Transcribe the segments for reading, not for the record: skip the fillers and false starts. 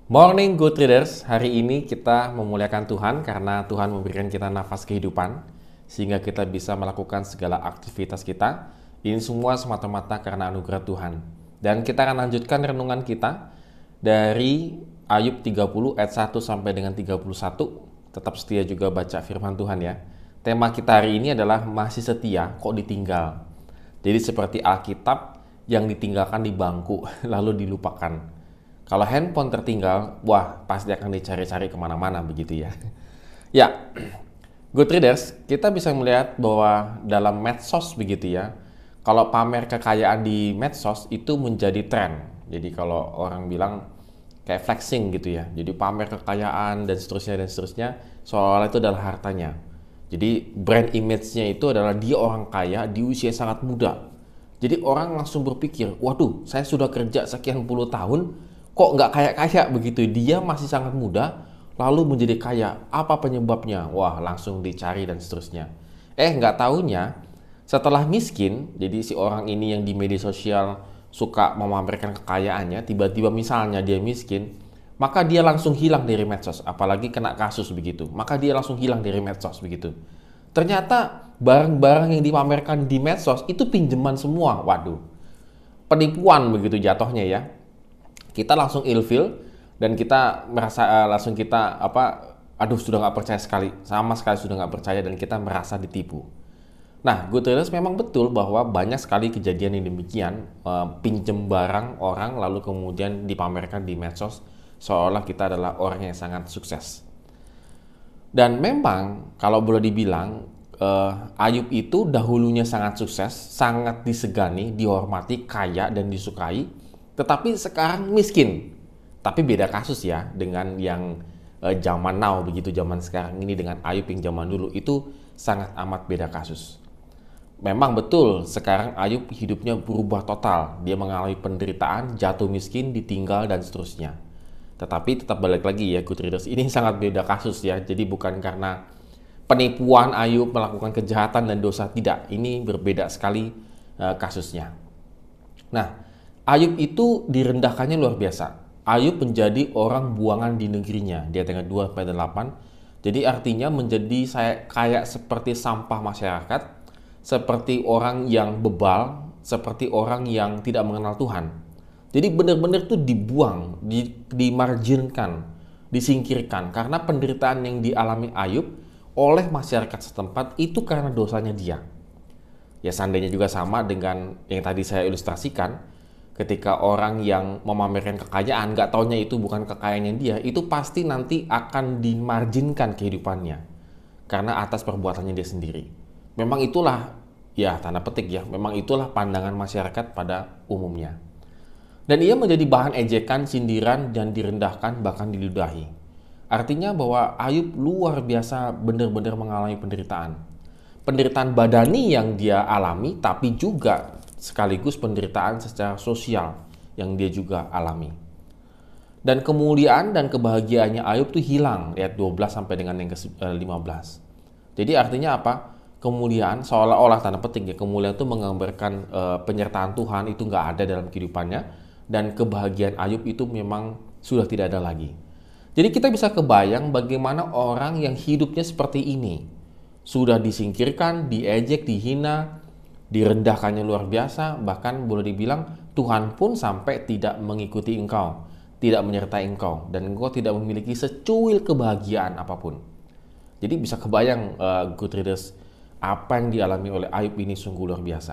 Morning Good Traders, hari ini kita memuliakan Tuhan karena Tuhan memberikan kita nafas kehidupan sehingga kita bisa melakukan segala aktivitas kita. Ini semua semata-mata karena anugerah Tuhan. Dan kita akan lanjutkan renungan kita dari Ayub 30 ayat 1 sampai dengan 31. Tetap setia juga baca firman Tuhan ya. Tema kita hari ini adalah masih setia kok ditinggal. Jadi seperti Alkitab yang ditinggalkan di bangku lalu dilupakan. Kalau handphone tertinggal, wah pasti akan dicari-cari kemana-mana begitu ya. Ya, good traders, kita bisa melihat bahwa dalam medsos begitu ya, kalau pamer kekayaan di medsos itu menjadi tren. Jadi kalau orang bilang kayak flexing gitu ya, jadi pamer kekayaan dan seterusnya, seolah itu adalah hartanya. Jadi brand image-nya itu adalah dia orang kaya di usia sangat muda. Jadi orang langsung berpikir, waduh saya sudah kerja sekian puluh tahun, kok nggak kaya-kaya begitu, dia masih sangat muda lalu menjadi kaya, apa penyebabnya? Wah langsung dicari dan seterusnya. Nggak taunya setelah miskin, jadi si orang ini yang di media sosial suka memamerkan kekayaannya, tiba-tiba misalnya dia miskin, maka dia langsung hilang dari medsos, apalagi kena kasus begitu, maka dia langsung hilang dari medsos begitu. Ternyata barang-barang yang dipamerkan di medsos itu pinjaman semua, waduh, penipuan begitu jatuhnya ya. Kita langsung ilfil dan kita merasa langsung kita aduh sudah nggak percaya sama sekali sudah nggak percaya dan kita merasa ditipu. Nah, good traders memang betul bahwa banyak sekali kejadian yang demikian, pinjem barang orang lalu kemudian dipamerkan di medsos seolah kita adalah orang yang sangat sukses. Dan memang kalau boleh dibilang Ayub itu dahulunya sangat sukses, sangat disegani, dihormati, kaya dan disukai. Tetapi sekarang miskin. Tapi beda kasus ya dengan yang zaman now begitu, zaman sekarang ini dengan Ayub yang zaman dulu itu sangat amat beda kasus. Memang betul sekarang Ayub hidupnya berubah total. Dia mengalami penderitaan, jatuh miskin, ditinggal dan seterusnya. Tetapi tetap balik lagi ya good traders, ini sangat beda kasus ya. Jadi bukan karena penipuan Ayub melakukan kejahatan dan dosa, tidak. Ini berbeda sekali kasusnya. Nah, Ayub itu direndahkannya luar biasa. Ayub menjadi orang buangan di negerinya. Di ayat 2 sampai 8. Jadi artinya menjadi kayak seperti sampah masyarakat, seperti orang yang bebal, seperti orang yang tidak mengenal Tuhan. Jadi benar-benar itu dibuang, dimarginkan, disingkirkan karena penderitaan yang dialami Ayub oleh masyarakat setempat itu karena dosanya dia. Ya seandainya juga sama dengan yang tadi saya ilustrasikan. Ketika orang yang memamerkan kekayaan, nggak taunya itu bukan kekayaannya dia, itu pasti nanti akan dimarginkan kehidupannya. Karena atas perbuatannya dia sendiri. Memang itulah, ya tanda petik ya, memang itulah pandangan masyarakat pada umumnya. Dan ia menjadi bahan ejekan, sindiran, dan direndahkan, bahkan diludahi. Artinya bahwa Ayub luar biasa benar-benar mengalami penderitaan. Penderitaan badani yang dia alami, tapi juga sekaligus penderitaan secara sosial yang dia juga alami. Dan kemuliaan dan kebahagiaannya Ayub tuh hilang, ayat 12 sampai dengan yang ke-15. Jadi artinya apa? Kemuliaan seolah-olah tanda petik ya, kemuliaan itu menggambarkan penyertaan Tuhan itu nggak ada dalam kehidupannya, dan kebahagiaan Ayub itu memang sudah tidak ada lagi. Jadi kita bisa kebayang bagaimana orang yang hidupnya seperti ini, sudah disingkirkan, diejek, dihina, direndahkannya luar biasa, bahkan boleh dibilang Tuhan pun sampai tidak mengikuti engkau, tidak menyertai engkau, dan engkau tidak memiliki secuil kebahagiaan apapun. Jadi bisa kebayang good traders, apa yang dialami oleh Ayub ini sungguh luar biasa.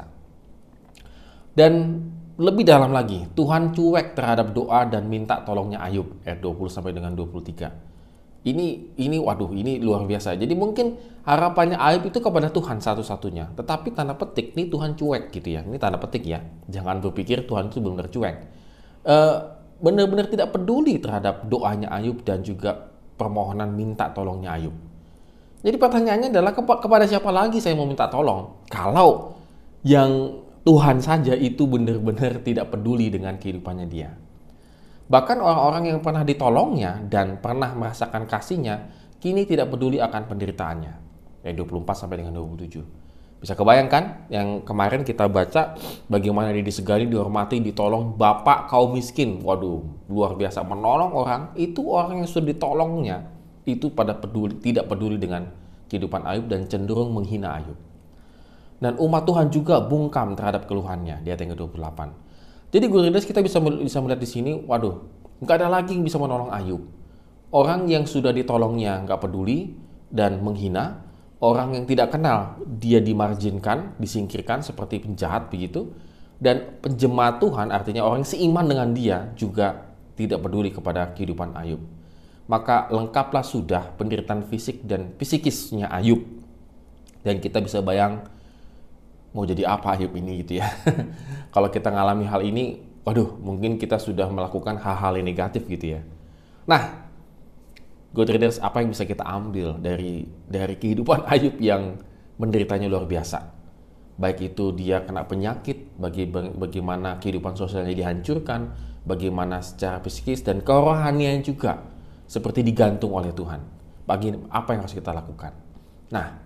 Dan lebih dalam lagi, Tuhan cuek terhadap doa dan minta tolongnya Ayub, ayat 20 sampai dengan 23. Ini luar biasa. Jadi mungkin harapannya Ayub itu kepada Tuhan satu-satunya. Tetapi tanda petik, ini Tuhan cuek gitu ya. Ini tanda petik ya. Jangan berpikir Tuhan itu benar-benar cuek. Benar-benar tidak peduli terhadap doanya Ayub dan juga permohonan minta tolongnya Ayub. Jadi pertanyaannya adalah kepada siapa lagi saya mau minta tolong? Kalau yang Tuhan saja itu benar-benar tidak peduli dengan kehidupannya dia. Bahkan orang-orang yang pernah ditolongnya dan pernah merasakan kasihnya, kini tidak peduli akan penderitaannya. Ayat 24 sampai dengan 27. Bisa kebayangkan yang kemarin kita baca bagaimana dia disegani, dihormati, ditolong bapak kaum miskin. Waduh, luar biasa menolong orang. Itu orang yang sudah ditolongnya itu tidak peduli dengan kehidupan Ayub dan cenderung menghina Ayub. Dan umat Tuhan juga bungkam terhadap keluhannya di ayat yang ke-28. Jadi Guru Readers, kita bisa melihat di sini, waduh, nggak ada lagi yang bisa menolong Ayub. Orang yang sudah ditolongnya nggak peduli dan menghina. Orang yang tidak kenal, dia dimarginkan, disingkirkan seperti penjahat begitu. Dan penjemaat Tuhan, artinya orang yang seiman dengan dia, juga tidak peduli kepada kehidupan Ayub. Maka lengkaplah sudah penderitaan fisik dan psikisnya Ayub. Dan kita bisa bayang, mau jadi apa Ayub ini gitu ya. Kalau kita ngalami hal ini, waduh, mungkin kita sudah melakukan hal-hal yang negatif gitu ya. Nah, God Readers, apa yang bisa kita ambil dari kehidupan Ayub yang menderitanya luar biasa? Baik itu dia kena penyakit, bagaimana kehidupan sosialnya dihancurkan, bagaimana secara psikis dan kerohanian juga seperti digantung oleh Tuhan. Apa yang harus kita lakukan? Nah,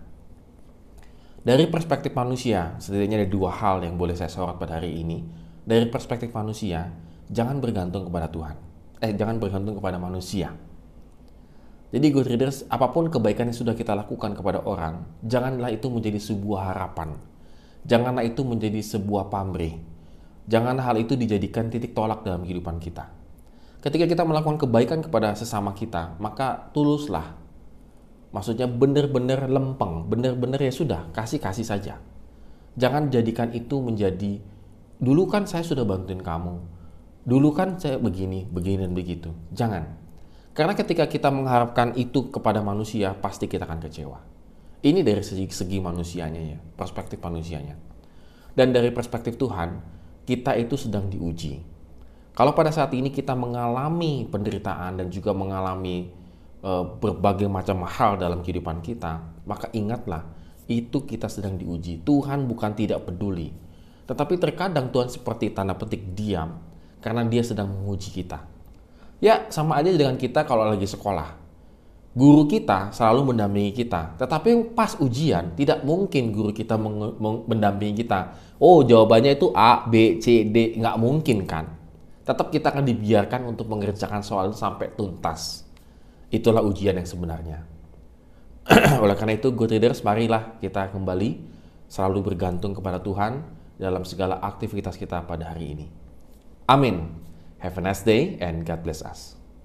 dari perspektif manusia, setidaknya ada dua hal yang boleh saya sorot pada hari ini. Dari perspektif manusia, jangan bergantung kepada Tuhan. Jangan bergantung kepada manusia. Jadi good readers, apapun kebaikan yang sudah kita lakukan kepada orang, janganlah itu menjadi sebuah harapan. Janganlah itu menjadi sebuah pamrih. Janganlah hal itu dijadikan titik tolak dalam kehidupan kita. Ketika kita melakukan kebaikan kepada sesama kita, maka tuluslah. Maksudnya benar-benar lempeng, benar-benar ya sudah, kasih-kasih saja. Jangan jadikan itu menjadi, dulu kan saya sudah bantuin kamu, dulu kan saya begini dan begitu. Jangan. Karena ketika kita mengharapkan itu kepada manusia, pasti kita akan kecewa. Ini dari segi manusianya ya, perspektif manusianya. Dan dari perspektif Tuhan, kita itu sedang diuji. Kalau pada saat ini kita mengalami penderitaan dan juga mengalami berbagai macam hal dalam kehidupan kita, maka ingatlah, itu kita sedang diuji. Tuhan bukan tidak peduli. Tetapi terkadang Tuhan seperti tanda petik diam, karena dia sedang menguji kita. Ya, sama aja dengan kita kalau lagi sekolah. Guru kita selalu mendampingi kita. Tetapi pas ujian, tidak mungkin guru kita mendampingi kita. Oh, jawabannya itu A, B, C, D. Nggak mungkin kan? Tetap kita akan dibiarkan untuk mengerjakan soal itu sampai tuntas. Itulah ujian yang sebenarnya. Oleh karena itu, good readers, marilah kita kembali selalu bergantung kepada Tuhan dalam segala aktivitas kita pada hari ini. Amin. Have a nice day and God bless us.